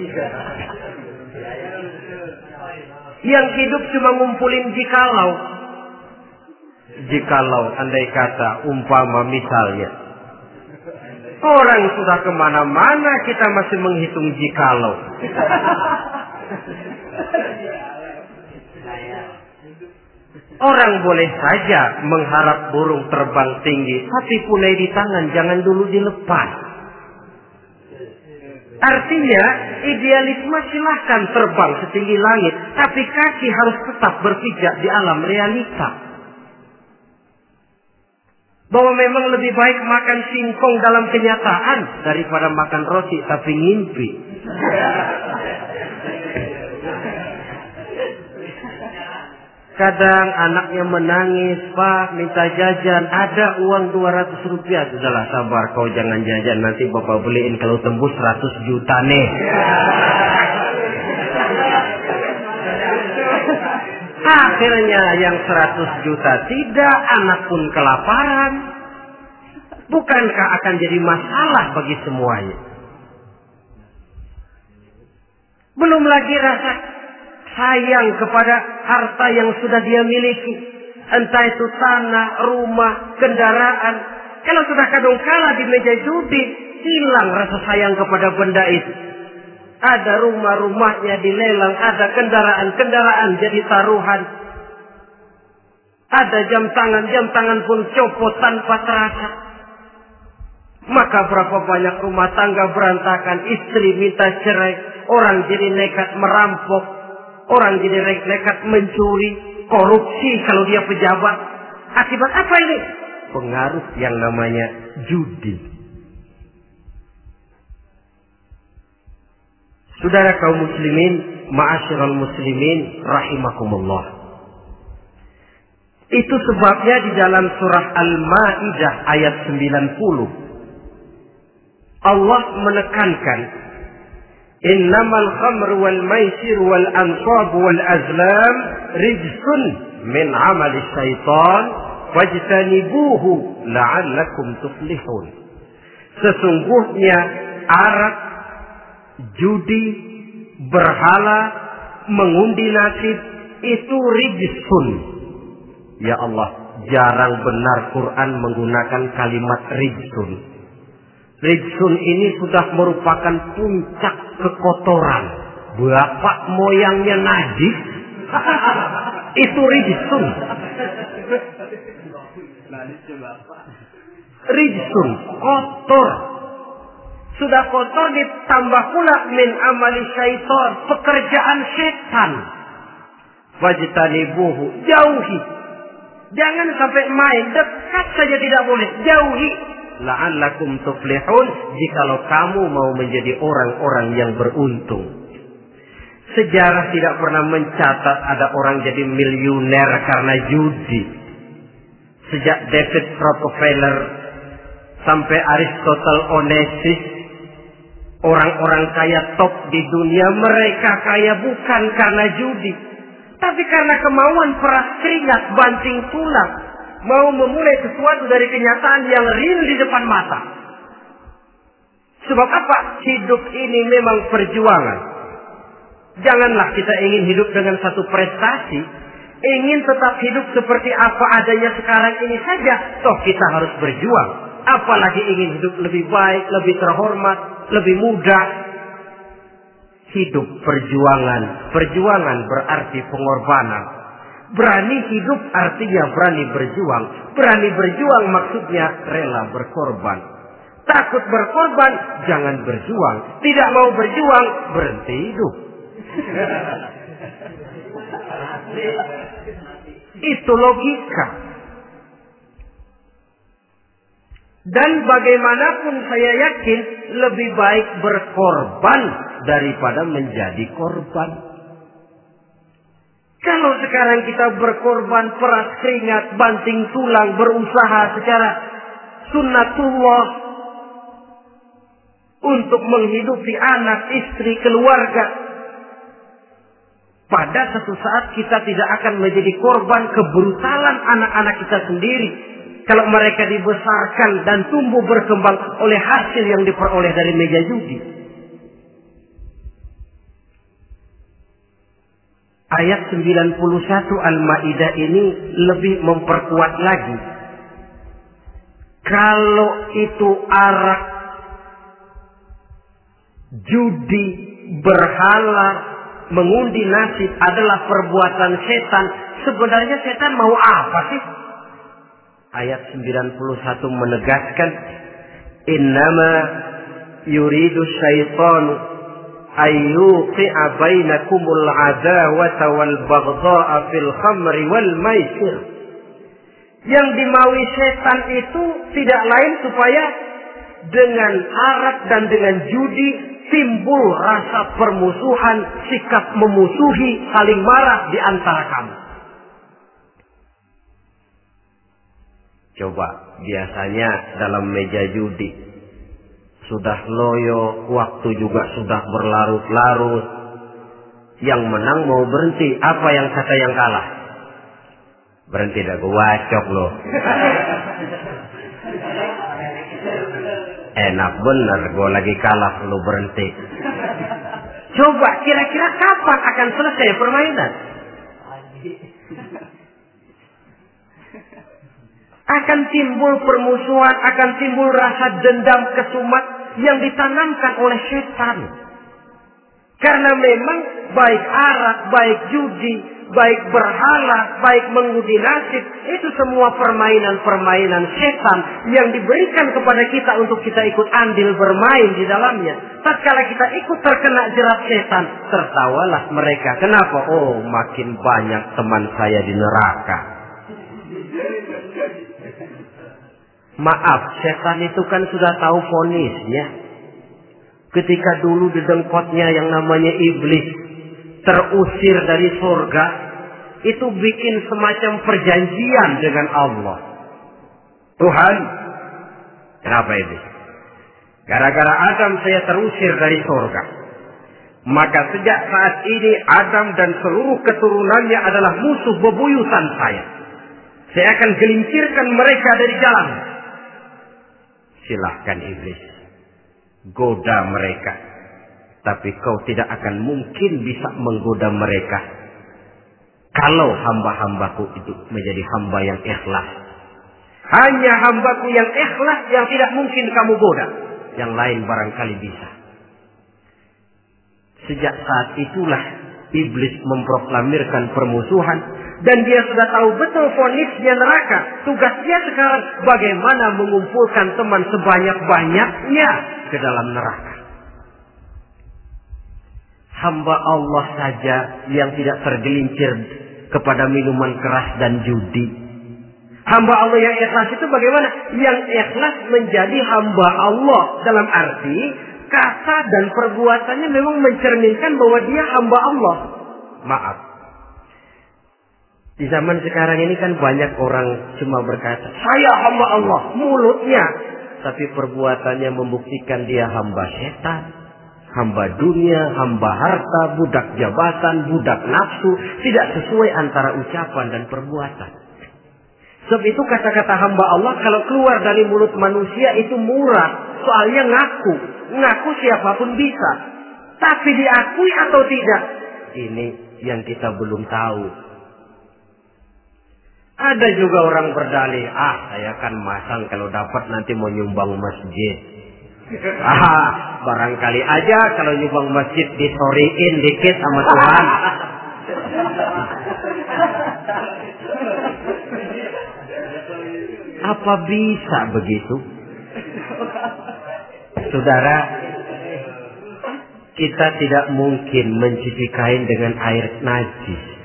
yang hidup cuma ngumpulin jikalau andai kata umpama misalnya orang sudah kemana-mana kita masih menghitung jikalau. Orang boleh saja mengharap burung terbang tinggi, tapi punai di tangan jangan dulu dilepas. Artinya idealisme silahkan terbang setinggi langit, tapi kaki harus tetap berpijak di alam realita. Bahwa memang lebih baik makan singkong dalam kenyataan daripada makan roti tapi ngimpi. Kadang anaknya menangis, Pak minta jajan, ada uang 200 rupiah. Sudahlah sabar, kau jangan jajan, nanti bapak beliin kalau tembus 100 juta nih. Akhirnya yang 100 juta tidak, anak pun kelaparan. Bukankah akan jadi masalah bagi semuanya? Belum lagi rasa sayang kepada harta yang sudah dia miliki. Entah itu tanah, rumah, kendaraan. Kalau sudah kadung kalah di meja judi, hilang rasa sayang kepada benda itu. Ada rumah-rumahnya dilelang, ada kendaraan-kendaraan jadi taruhan. Ada jam tangan pun copot tanpa terasa. Maka berapa banyak rumah tangga berantakan, istri minta cerai, orang jadi nekat merampok, orang jadi nekat mencuri, korupsi kalau dia pejabat. Akibat apa ini? pengaruh yang namanya judi. Saudara kaum muslimin, ma'asyiral muslimin rahimakumullah. Itu sebabnya di dalam surah Al-Maidah ayat 90 Allah menekankan, innamal khamru wal maisir wal ansab wal azlam rijsun min amali syaitan fajtanibuhu la'allakum tuflihun. Sesungguhnya arak, judi, berhala, mengundi nasib itu rijsun. Ya Allah, jarang benar Quran menggunakan kalimat rijsun. Rijsun ini sudah merupakan puncak kekotoran. Bapak moyangnya najis, itu rijsun. Rijsun, kotor. Sudah kotor ditambah pula min amali syaitan, pekerjaan setan. Wajtanibuhu, jauhi. Jangan sampai main, dekat saja tidak boleh, jauhi. La'allakum tuflihun, jikalau kamu mau menjadi orang-orang yang beruntung. Sejarah tidak pernah mencatat ada orang jadi miliuner karena judi. Sejak David Rockefeller sampai Aristotle Onassis, orang-orang kaya top di dunia, mereka kaya bukan karena judi, tapi karena kemauan peras keringat banting tulang, mau memulai sesuatu dari kenyataan yang real di depan mata. Sebab apa? Hidup ini memang perjuangan. Janganlah kita ingin hidup dengan satu prestasi, ingin tetap hidup seperti apa adanya sekarang ini saja, toh kita harus berjuang. Apalagi ingin hidup lebih baik, lebih terhormat, lebih mudah. Hidup perjuangan. Perjuangan berarti pengorbanan. Berani hidup artinya berani berjuang. Berani berjuang maksudnya rela berkorban. Takut berkorban, jangan berjuang. Tidak mau berjuang, berhenti hidup. Itu logika. Dan bagaimanapun saya yakin lebih baik berkorban daripada menjadi korban. Kalau sekarang kita berkorban, peras keringat, banting tulang, berusaha secara sunnatullah untuk menghidupi anak, istri, keluarga, pada satu saat kita tidak akan menjadi korban kebrutalan anak-anak kita sendiri. Kalau mereka dibesarkan dan tumbuh berkembang oleh hasil yang diperoleh dari meja judi. Ayat 91 Al-Maidah ini lebih memperkuat lagi. Kalau itu arak, judi, berhala, mengundi nasib adalah perbuatan setan, sebenarnya setan mau apa sih? Ayat 91 menegaskan, innama yuridu syaitanu ayyuqi'a bainakumul adawata wal baghdha'a fil khamri wal maisir. Yang dimaui setan itu tidak lain supaya dengan arak dan dengan judi timbul rasa permusuhan, sikap memusuhi, saling marah di antara kamu. Coba, biasanya dalam meja judi sudah loyo, waktu juga sudah berlarut-larut. Yang menang mau berhenti, apa yang kata yang kalah? Berhenti dah, gue wacok loh. Enak bener, gue lagi kalah, lu berhenti. Coba, kira-kira kapan akan selesai permainan? Akan timbul permusuhan, akan timbul rasa dendam, kesumat yang ditanamkan oleh setan. Karena memang baik arak, baik judi, baik berhala, baik mengundi nasib, itu semua permainan-permainan setan yang diberikan kepada kita untuk kita ikut andil bermain di dalamnya. Tatkala kita ikut terkena jerat setan, tertawalah mereka. Kenapa? Oh, makin banyak teman saya di neraka. Maaf, setan itu kan sudah tahu vonisnya. Ketika dulu di dengkotnya yang namanya iblis terusir dari surga, itu bikin semacam perjanjian dengan Allah. Tuhan, kenapa ini? Gara-gara Adam saya terusir dari surga. Maka sejak saat ini Adam dan seluruh keturunannya adalah musuh bebuyutan saya. Saya akan gelincirkan mereka dari jalan. Silahkan iblis, goda mereka. Tapi kau tidak akan mungkin bisa menggoda mereka kalau hamba-hambaku itu menjadi hamba yang ikhlas. Hanya hambaku yang ikhlas yang tidak mungkin kamu goda. Yang lain barangkali bisa. Sejak saat itulah iblis memproklamirkan permusuhan. Dan dia sudah tahu betul vonisnya neraka. Tugas dia sekarang bagaimana mengumpulkan teman sebanyak-banyaknya ke dalam neraka. Hamba Allah saja yang tidak tergelincir kepada minuman keras dan judi. Hamba Allah yang ikhlas itu bagaimana? Yang ikhlas menjadi hamba Allah. Dalam arti kata dan perbuatannya memang mencerminkan bahwa dia hamba Allah. Maaf. Di zaman sekarang ini kan banyak orang cuma berkata, saya hamba Allah, mulutnya. Tapi perbuatannya membuktikan dia hamba setan, hamba dunia, hamba harta, budak jabatan, budak nafsu. Tidak sesuai antara ucapan dan perbuatan. Sebab itu kata-kata hamba Allah kalau keluar dari mulut manusia itu murah. Soalnya ngaku siapapun bisa. Tapi diakui atau tidak, ini yang kita belum tahu. Ada juga orang berdalih, saya kan masang kalau dapat nanti mau nyumbang masjid. Barangkali aja kalau nyumbang masjid disoriin dikit sama Tuhan. Apa bisa begitu? Saudara, kita tidak mungkin mencuci kain dengan air najis.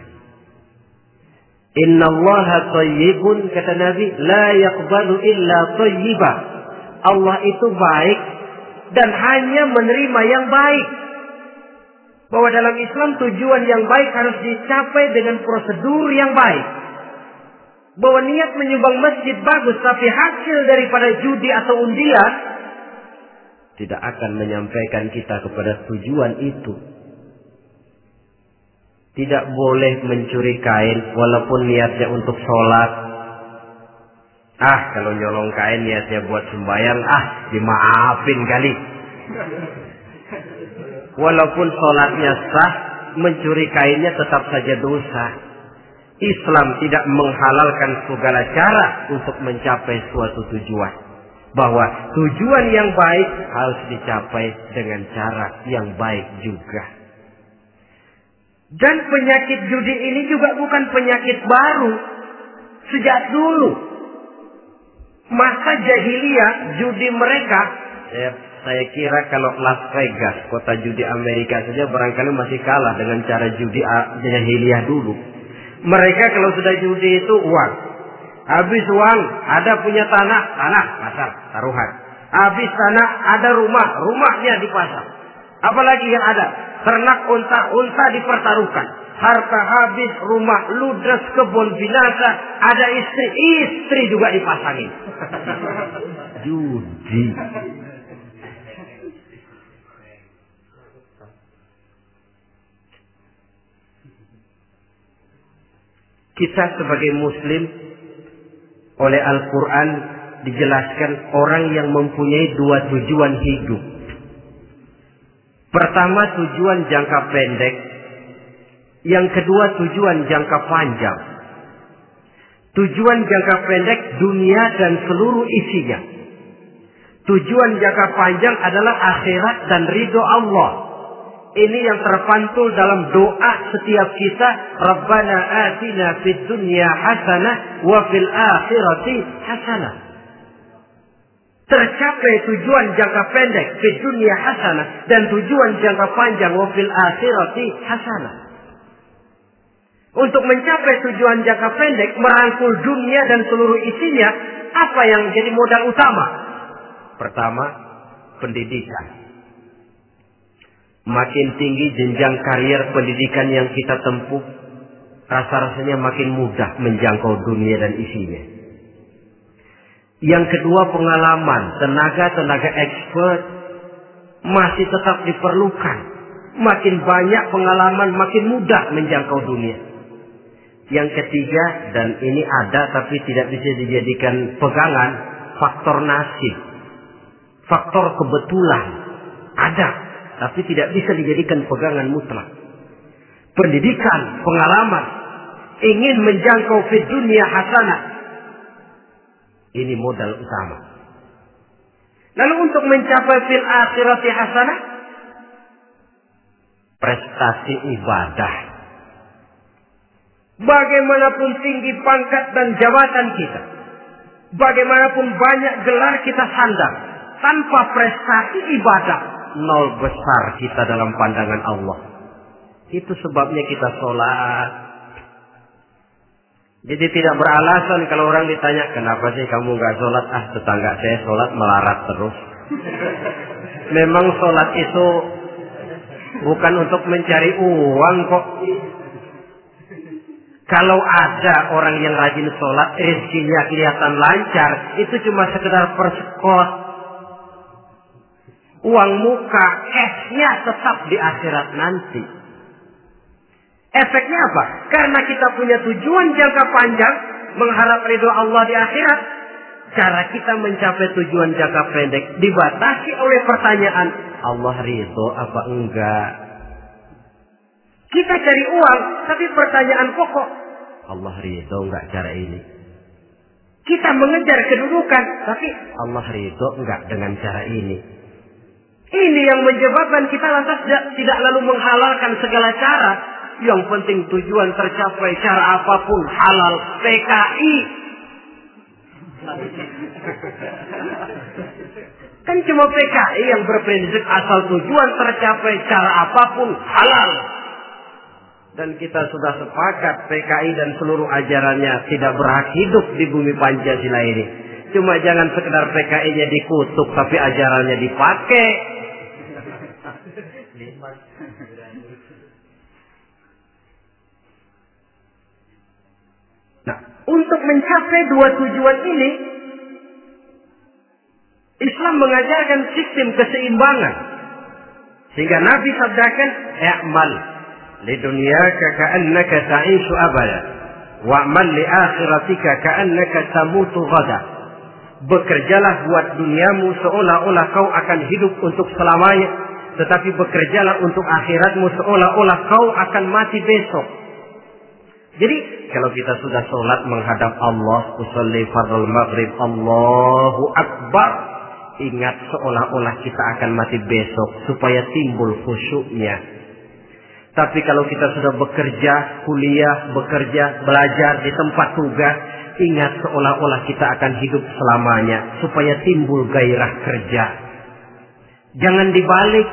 Inna Allaha thayyibun, kata Nabi, la yaqbalu illa thayyiba. Allah itu baik dan hanya menerima yang baik. Bahwa dalam Islam tujuan yang baik harus dicapai dengan prosedur yang baik. Bahwa niat menyumbang masjid bagus, tapi hasil daripada judi atau undian tidak akan menyampaikan kita kepada tujuan itu. Tidak boleh mencuri kain walaupun niatnya untuk sholat. Kalau nyolong kain niatnya buat sembahyang, dimaafin kali. Walaupun sholatnya sah, mencuri kainnya tetap saja dosa. Islam tidak menghalalkan segala cara untuk mencapai suatu tujuan. Bahwa tujuan yang baik harus dicapai dengan cara yang baik juga. Dan penyakit judi ini juga bukan penyakit baru. Sejak dulu. Masa jahiliyah judi mereka. Saya kira kalau Las Vegas, kota judi Amerika saja barangkali masih kalah dengan cara judi jahiliyah dulu. Mereka kalau sudah judi itu uang. Habis uang, ada punya tanah pasar, taruhan. Habis tanah, ada rumahnya dipasang. Apalagi yang ada? Ternak unta dipertaruhkan. Harta habis, rumah ludes, kebun binasa. Ada istri juga dipasangin. Judi. Kita sebagai muslim oleh Al-Quran dijelaskan orang yang mempunyai dua tujuan hidup. Pertama tujuan jangka pendek. Yang kedua tujuan jangka panjang. Tujuan jangka pendek dunia dan seluruh isinya. Tujuan jangka panjang adalah akhirat dan ridho Allah. Ini yang terpantul dalam doa setiap kita. Rabbana atina fid dunya hasanah wa fil akhirati hasanah. Tercapai tujuan jangka pendek di dunia hasanah dan tujuan jangka panjang wa fil akhirati hasanah. Untuk mencapai tujuan jangka pendek, merangkul dunia dan seluruh isinya, apa yang jadi modal utama? Pertama, pendidikan. Makin tinggi jenjang karier pendidikan yang kita tempuh, rasa-rasanya makin mudah menjangkau dunia dan isinya. Yang kedua, pengalaman. Tenaga expert masih tetap diperlukan. Makin banyak pengalaman, makin mudah menjangkau dunia. Yang ketiga, dan ini ada tapi tidak bisa dijadikan pegangan, faktor nasib. Faktor kebetulan. Ada, tapi tidak bisa dijadikan pegangan mutlak. Pendidikan, pengalaman, ingin menjangkau fid dunia hasanah. Ini modal utama. Lalu untuk mencapai fil akhirati hasanah, prestasi ibadah. Bagaimanapun tinggi pangkat dan jabatan kita, bagaimanapun banyak gelar kita sandang, tanpa prestasi ibadah, nol besar kita dalam pandangan Allah. Itu sebabnya kita sholat. Jadi tidak beralasan kalau orang ditanya, kenapa sih kamu gak sholat? Tetangga saya sholat melarat terus. Memang sholat itu bukan untuk mencari uang kok. Kalau ada orang yang rajin sholat, rezekinya kelihatan lancar, itu cuma sekedar persekot. Uang muka, cashnya tetap di akhirat nanti. Efeknya apa? Karena kita punya tujuan jangka panjang, mengharap ridho Allah di akhirat. Cara kita mencapai tujuan jangka pendek dibatasi oleh pertanyaan, Allah ridho apa enggak? Kita cari uang, tapi pertanyaan pokok, Allah ridho enggak cara ini? Kita mengejar kedudukan, tapi Allah ridho enggak dengan cara ini? Ini yang menyebabkan kita lantas tidak lalu menghalalkan segala cara. Yang penting tujuan tercapai cara apapun halal. PKI. Kan cuma PKI yang berprinsip asal tujuan tercapai cara apapun halal. Dan kita sudah sepakat PKI dan seluruh ajarannya tidak berhak hidup di bumi Pancasila ini. Cuma jangan sekedar PKI-nya dikutuk tapi ajarannya dipakai. Nah, untuk mencapai dua tujuan ini, Islam mengajarkan sistem keseimbangan. Sehingga Nabi sabdakan, "I'mal li dunyaka ka'annaka ta'ishu abada, wa'mal li akhiratika ka'annaka tamutu ghada." Bekerjalah buat duniamu seolah-olah kau akan hidup untuk selamanya, tetapi bekerjalah untuk akhiratmu seolah-olah kau akan mati besok. Jadi kalau kita sudah sholat menghadap Allah, usolli fardhu maghrib, Allahu Akbar, ingat seolah-olah kita akan mati besok supaya timbul khusyuknya. Tapi kalau kita sudah bekerja, kuliah, belajar di tempat tugas, ingat seolah-olah kita akan hidup selamanya supaya timbul gairah kerja. Jangan dibalik.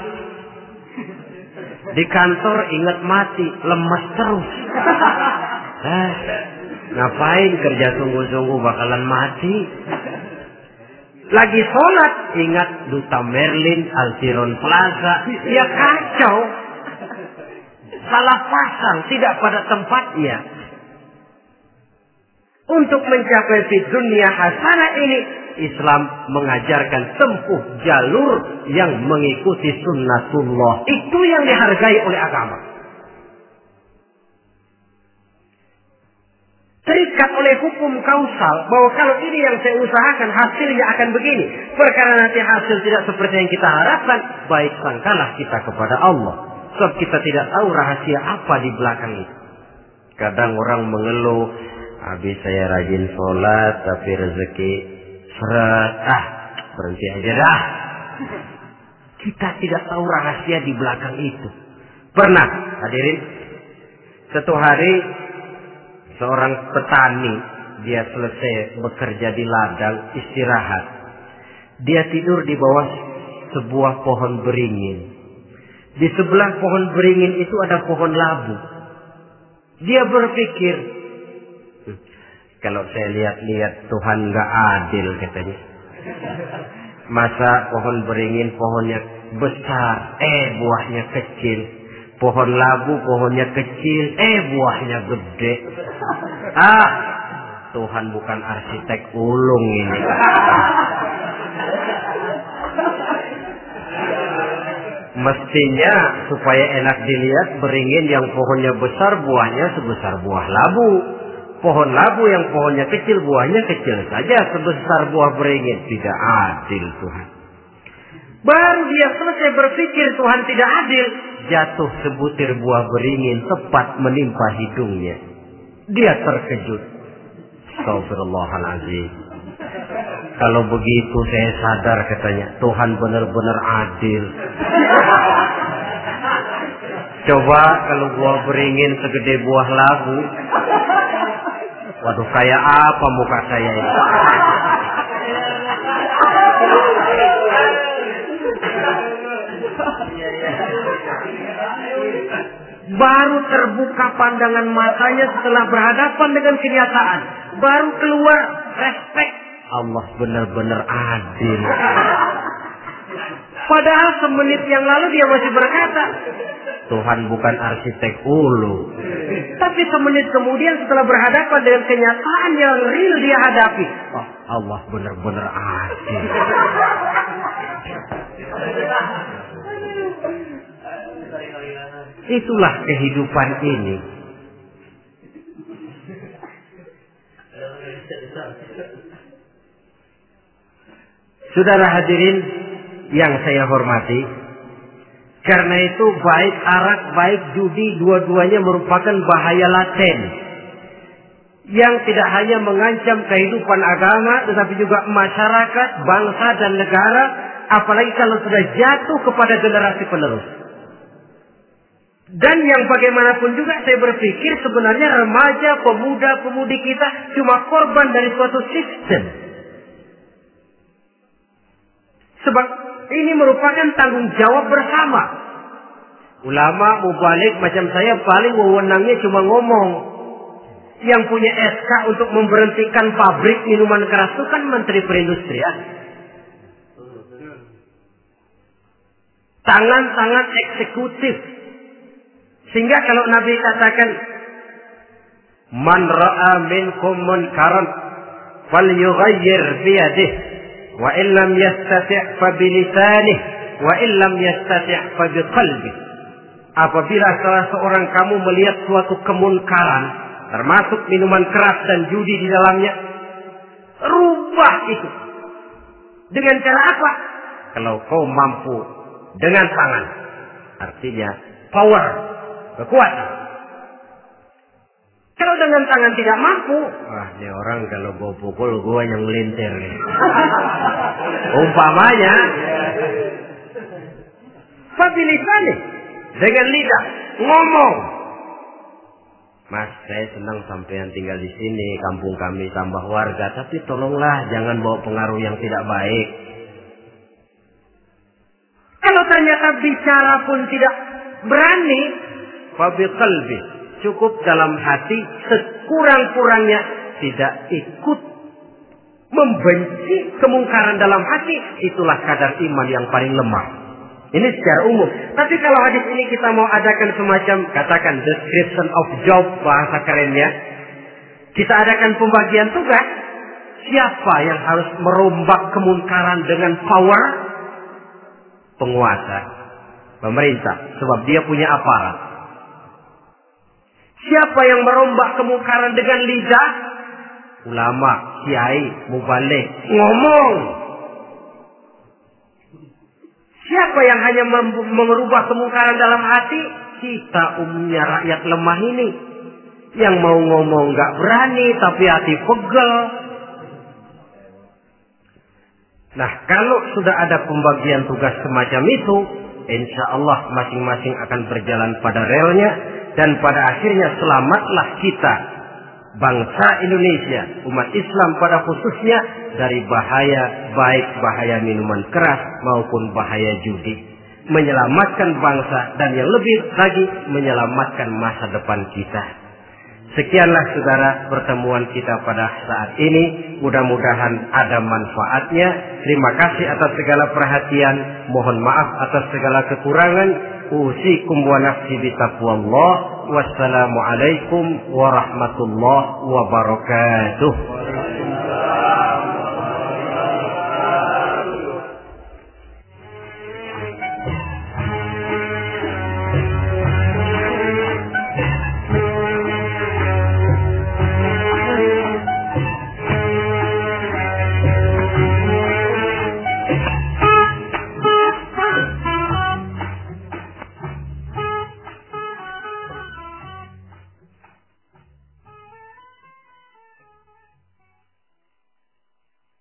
Di kantor ingat mati, lemas terus. Ngapain kerja sungguh-sungguh bakalan mati. Lagi sholat ingat Duta Merlin, Altiron Plaza, ya kacau. Salah pasang, tidak pada tempatnya. Untuk mencapai fid dunya hasanah ini, Islam mengajarkan tempuh jalur yang mengikuti sunnatullah. Itu yang dihargai oleh agama. Terikat oleh hukum kausal bahwa kalau ini yang saya usahakan hasilnya akan begini. Perkara nanti hasil tidak seperti yang kita harapkan, baik sangkalah kita kepada Allah. Sebab kita tidak tahu rahasia apa di belakang itu. Kadang orang mengeluh, habis saya rajin sholat tapi rezeki seret, berhenti aja dah. Kita tidak tahu rahasia di belakang itu. Pernah hadirin, satu hari seorang petani, dia selesai bekerja di ladang, istirahat. Dia tidur di bawah sebuah pohon beringin. Di sebelah pohon beringin itu ada pohon labu. Dia berpikir, kalau saya lihat-lihat Tuhan nggak adil katanya. Masa pohon beringin pohonnya besar, buahnya kecil. Pohon labu pohonnya kecil, buahnya gede. Tuhan bukan arsitek ulung ini. Mestinya supaya enak dilihat, beringin yang pohonnya besar buahnya sebesar buah labu. Pohon labu yang pohonnya kecil buahnya kecil saja sebesar buah beringin. Tidak adil Tuhan. Baru dia selesai berpikir Tuhan tidak adil, jatuh sebutir buah beringin tepat menimpa hidungnya. Dia terkejut. Astagfirullahaladzim. Kalau begitu saya sadar katanya, Tuhan benar-benar adil. Coba kalau buah beringin segede buah labu. Waduh, kayak apa muka saya ini? Baru terbuka pandangan matanya setelah berhadapan dengan kenyataan. Baru keluar respek. Allah benar-benar adil. Padahal semenit yang lalu dia masih berkata, Tuhan bukan arsitek ulu. Tapi semenit kemudian setelah berhadapan dengan kenyataan yang real dia hadapi, Allah benar-benar adil. Itulah kehidupan ini. Saudara hadirin yang saya hormati, karena itu baik arak, baik judi, dua-duanya merupakan bahaya laten yang tidak hanya mengancam kehidupan agama, tetapi juga masyarakat, bangsa dan negara, apalagi kalau sudah jatuh kepada generasi penerus. Dan yang bagaimanapun juga saya berpikir sebenarnya remaja, pemuda, pemudi kita cuma korban dari suatu sistem. Sebab ini merupakan tanggung jawab bersama. Ulama mubalik macam saya paling wewenangnya cuma ngomong. Yang punya SK untuk memberhentikan pabrik minuman keras itu kan Menteri Perindustrian. Tangan-tangan eksekutif. Sehingga kalau Nabi katakan, Man ra'a minkum munkaran falyughayyir biyadihi wa illam yastati' fa bilisanihi wa illam yastati' fa biqalbihi. Apabila salah seorang kamu melihat suatu kemunkaran, termasuk minuman keras dan judi di dalamnya, rubah itu. Dengan cara apa? Kalau kau mampu dengan tangan, artinya power, kekuatan. Kalau dengan tangan tidak mampu, ini orang kalau gue pukul gue yang melintir. Umpamanya, fabilisan dengan lidah ngomong. Mas, saya senang sampean tinggal di sini, kampung kami tambah warga, tapi tolonglah jangan bawa pengaruh yang tidak baik. Kalau ternyata bicara pun tidak berani, fabiqalbi, cukup dalam hati, sekurang-kurangnya tidak ikut membenci kemungkaran dalam hati, itulah kadar iman yang paling lemah. Ini secara umum. Tapi kalau hadis ini kita mau adakan semacam, katakan description of job, bahasa kerennya, kita adakan pembagian tugas. Siapa yang harus merombak kemungkaran dengan power? Penguasa, pemerintah, sebab dia punya aparat. Siapa yang merombak kemungkaran dengan lidah? Ulama, kiai, mubalik, ngomong. Siapa yang hanya merubah kemungkaran dalam hati? Kita umumnya rakyat lemah ini. Yang mau ngomong gak berani, tapi hati pegel. Nah, kalau sudah ada pembagian tugas semacam itu, insya Allah masing-masing akan berjalan pada relnya. Dan pada akhirnya selamatlah kita, bangsa Indonesia, umat Islam pada khususnya, dari bahaya, baik bahaya minuman keras maupun bahaya judi. Menyelamatkan bangsa dan yang lebih lagi menyelamatkan masa depan kita. Sekianlah saudara pertemuan kita pada saat ini. Mudah-mudahan ada manfaatnya. Terima kasih atas segala perhatian. Mohon maaf atas segala kekurangan. Usikum wa nafsi bitaqwallah. Wassalamualaikum warahmatullahi wabarakatuh.